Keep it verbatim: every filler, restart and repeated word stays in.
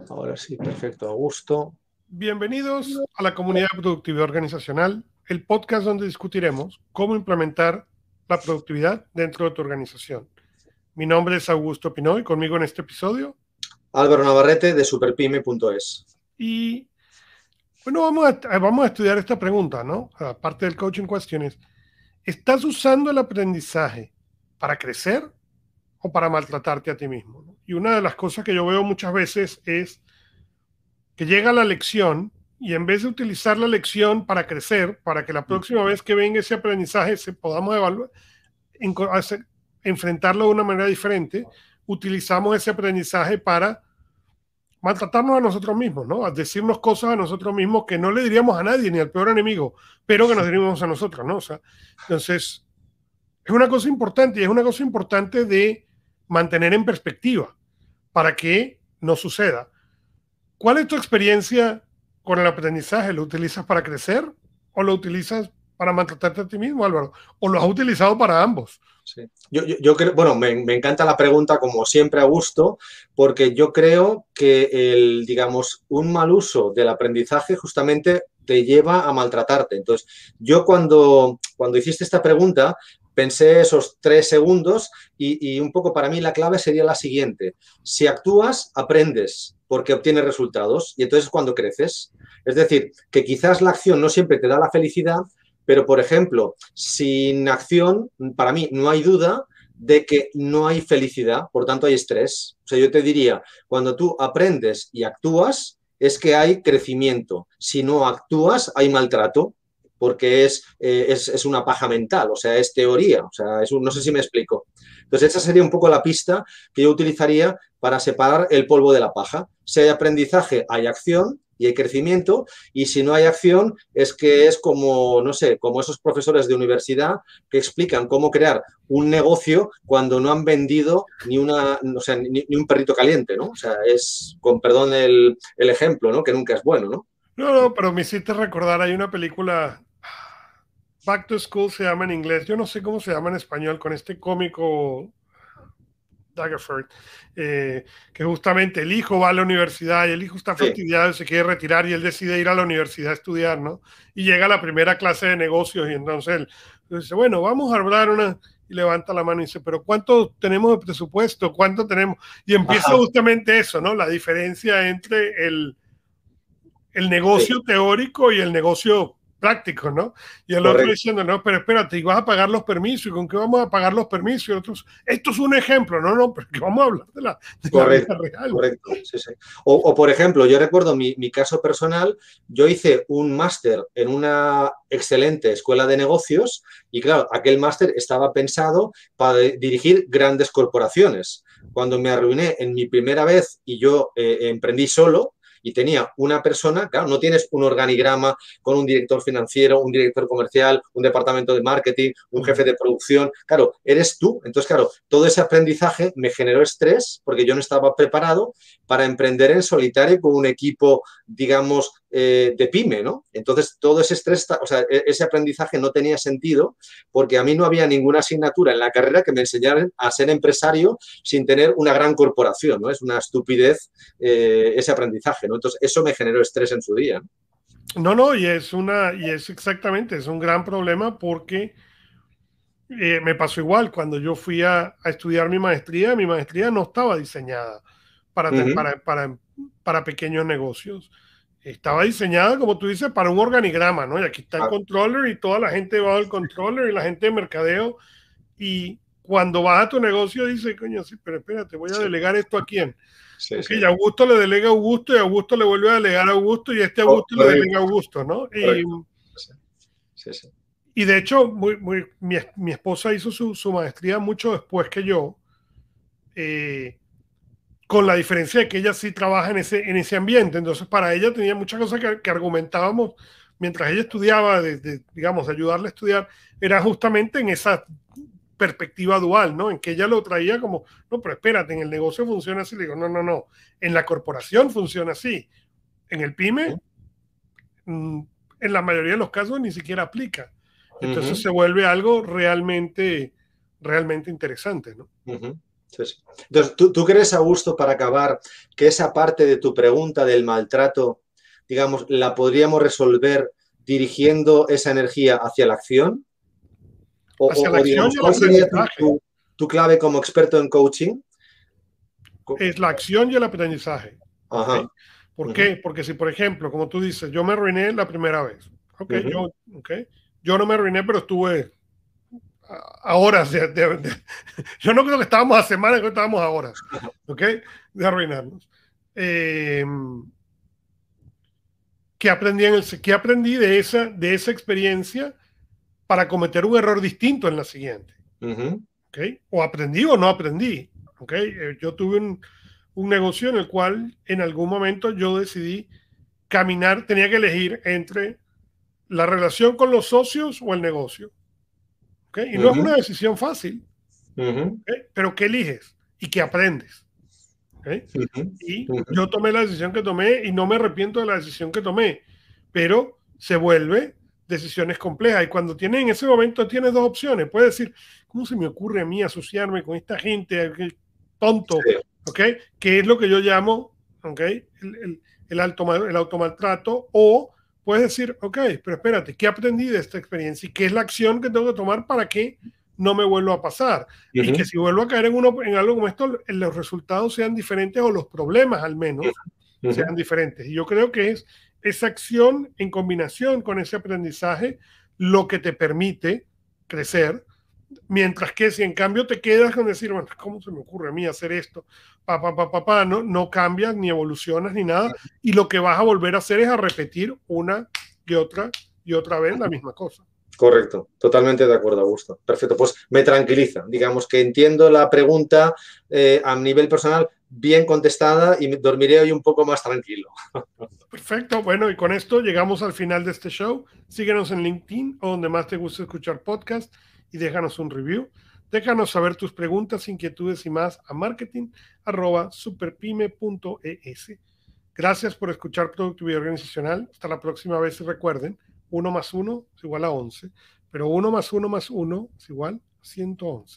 Ahora sí, perfecto, a gusto. Bienvenidos a la comunidad de productividad organizacional, el podcast donde discutiremos cómo implementar la productividad dentro de tu organización. Mi nombre es Augusto Pinoy, conmigo en este episodio. Álvaro Navarrete de superpyme punto es. Y bueno, vamos a, vamos a estudiar esta pregunta, ¿no? Aparte del coaching cuestiones, ¿estás usando el aprendizaje para crecer o para maltratarte a ti mismo? ¿no? Y una de las cosas que yo veo muchas veces es que llega la lección y en vez de utilizar la lección para crecer, para que la próxima vez que venga ese aprendizaje se podamos evaluar, en, hacer, enfrentarlo de una manera diferente, utilizamos ese aprendizaje para maltratarnos a nosotros mismos, ¿no? A decirnos cosas a nosotros mismos que no le diríamos a nadie, ni al peor enemigo, pero que nos diríamos a nosotros, ¿no? O sea, entonces, es una cosa importante y es una cosa importante de mantener en perspectiva para que no suceda. ¿Cuál es tu experiencia con el aprendizaje? ¿Lo utilizas para crecer o lo utilizas para maltratarte a ti mismo, Álvaro? ¿O lo has utilizado para ambos? Sí. Yo, yo, yo, creo, bueno, me, me encanta la pregunta, como siempre, Augusto, porque yo creo que el, digamos, un mal uso del aprendizaje justamente te lleva a maltratarte. Entonces, yo cuando, cuando hiciste esta pregunta, pensé esos tres segundos y, y un poco para mí la clave sería la siguiente. Si actúas, aprendes porque obtienes resultados y entonces es cuando creces. Es decir, que quizás la acción no siempre te da la felicidad, pero, por ejemplo, sin acción, para mí no hay duda de que no hay felicidad, por tanto hay estrés. O sea, yo te diría, cuando tú aprendes y actúas, es que hay crecimiento. Si no actúas, hay maltrato, porque es, eh, es, es una paja mental, o sea, es teoría. O sea, es un, no sé si me explico. Entonces, esa sería un poco la pista que yo utilizaría para separar el polvo de la paja. Si hay aprendizaje, hay acción y hay crecimiento, y si no hay acción es que es como, no sé, como esos profesores de universidad que explican cómo crear un negocio cuando no han vendido ni, una, o sea, ni, ni un perrito caliente, ¿no? O sea, es, con perdón el, el ejemplo, ¿no? Que nunca es bueno, ¿no? No, no, pero me hiciste recordar, hay una película, Back to School se llama en inglés, yo no sé cómo se llama en español, con este cómico Daggerford, eh, que justamente el hijo va a la universidad y el hijo está Sí. fastidiado, se quiere retirar y él decide ir a la universidad a estudiar, ¿no? Y llega a la primera clase de negocios y entonces él dice, bueno, vamos a hablar una... Y levanta la mano y dice, pero ¿cuánto tenemos de presupuesto? ¿Cuánto tenemos? Y empieza Ajá. justamente eso, ¿no? La diferencia entre el, el Sí, negocio teórico y el negocio práctico, ¿no? Y el otro correcto. diciendo, no, pero espérate, y vas a pagar los permisos, ¿y con qué vamos a pagar los permisos? Y otros, esto es un ejemplo, no, no, pero que vamos a hablar de la, de la vida Correcto, real. correcto, sí, sí. O, o, por ejemplo, yo recuerdo mi, mi caso personal, yo hice un máster en una excelente escuela de negocios y claro, aquel máster estaba pensado para dirigir grandes corporaciones. Cuando me arruiné en mi primera vez y yo eh, emprendí solo, y tenía una persona, claro, no tienes un organigrama con un director financiero, un director comercial, un departamento de marketing, un jefe de producción, claro, eres tú. Entonces, claro, todo ese aprendizaje me generó estrés porque yo no estaba preparado para emprender en solitario con un equipo, digamos, eh, de pyme, ¿no? Entonces, todo ese estrés, o sea, ese aprendizaje no tenía sentido porque a mí no había ninguna asignatura en la carrera que me enseñaran a ser empresario sin tener una gran corporación, ¿no? Es una estupidez eh, ese aprendizaje, ¿no? Entonces, eso me generó estrés en su día, ¿no? No, no, y es una, y es exactamente, es un gran problema porque eh, me pasó igual cuando yo fui a, a, estudiar mi maestría, mi maestría no estaba diseñada para, Uh -huh. para, para, para pequeños negocios. Estaba diseñada, como tú dices, para un organigrama, ¿no? Y aquí está el Ah, controller y toda la gente va al controller y la gente de mercadeo. Y cuando vas a tu negocio, dice, coño, sí, pero espérate, voy a sí, delegar esto a quién. sí, Ok, sí. y Augusto le delega a Augusto y Augusto le vuelve a delegar a Augusto y este Oh, Augusto le delega correcto, a Augusto, ¿no? Y, correcto. Sí, sí, sí. y de hecho, muy, muy, mi, mi, esposa hizo su, su, maestría mucho después que yo, eh, con la diferencia de que ella sí trabaja en ese, en ese ambiente. Entonces, para ella tenía muchas cosas que, que argumentábamos mientras ella estudiaba, de, de, digamos, ayudarle a estudiar, era justamente en esa perspectiva dual, ¿no? En que ella lo traía como, no, pero espérate, en el negocio funciona así. Le digo, no, no, no, en la corporación funciona así. En el pyme, mmm, en la mayoría de los casos ni siquiera aplica. Uh Entonces -huh. se vuelve algo realmente, realmente interesante, ¿no? Uh -huh. Sí, sí. Entonces, ¿tú, ¿tú crees, Augusto, para acabar, que esa parte de tu pregunta del maltrato, digamos, la podríamos resolver dirigiendo esa energía hacia la acción? O, Hacia la o, o, acción digamos, y el ¿cuál sería tu, aprendizaje. tu, tu clave como experto en coaching? Es la acción y el aprendizaje. Ajá. ¿Okay? ¿Por Uh-huh. qué? Porque si, por ejemplo, como tú dices, yo me arruiné la primera vez. Ok, Uh-huh. yo, okay, yo no me arruiné, pero estuve a, a horas de, de, de, yo no creo que estábamos a semanas, creo que estábamos a horas, ¿ok? De arruinarnos. Eh, ¿qué, aprendí en el, ¿Qué aprendí de esa, de esa experiencia para cometer un error distinto en la siguiente? Uh-huh. ¿Ok? O aprendí o no aprendí. ¿Ok? Eh, yo tuve un, un negocio en el cual en algún momento yo decidí caminar, tenía que elegir entre la relación con los socios o el negocio. ¿Ok? Y no es Uh-huh. una decisión fácil. Uh-huh. ¿Ok? Pero ¿qué eliges? ¿Y qué aprendes? ¿Okay? Uh-huh. Y Uh-huh. yo tomé la decisión que tomé y no me arrepiento de la decisión que tomé, pero se vuelve decisiones complejas. Y cuando tienes en ese momento tienes dos opciones. Puedes decir, ¿cómo se me ocurre a mí asociarme con esta gente? Qué tonto, Sí. ¿ok? Que es lo que yo llamo, ¿ok? El, el, el, auto, el automaltrato. O puedes decir, ok, pero espérate, ¿qué aprendí de esta experiencia? ¿Y qué es la acción que tengo que tomar para que no me vuelva a pasar? Y que Uh-huh. si vuelvo a caer en, uno, en algo como esto, los resultados sean diferentes o los problemas al menos Uh-huh. sean diferentes. Y yo creo que es esa acción en combinación con ese aprendizaje lo que te permite crecer, mientras que si en cambio te quedas con decir, bueno, ¿cómo se me ocurre a mí hacer esto? Pa, pa, pa, pa, pa, no, no cambias ni evolucionas ni nada, y lo que vas a volver a hacer es a repetir una y otra y otra vez la misma cosa. Correcto, totalmente de acuerdo, Augusto. Perfecto, pues me tranquiliza. Digamos que entiendo la pregunta eh, a nivel personal bien contestada y dormiré hoy un poco más tranquilo. Perfecto, bueno, y con esto llegamos al final de este show. Síguenos en LinkedIn o donde más te guste escuchar podcast y déjanos un review. Déjanos saber tus preguntas, inquietudes y más a marketing arroba superpyme punto es. Gracias por escuchar Productividad Organizacional. Hasta la próxima vez y recuerden, uno más uno es igual a once, pero uno más uno más uno es igual a ciento once.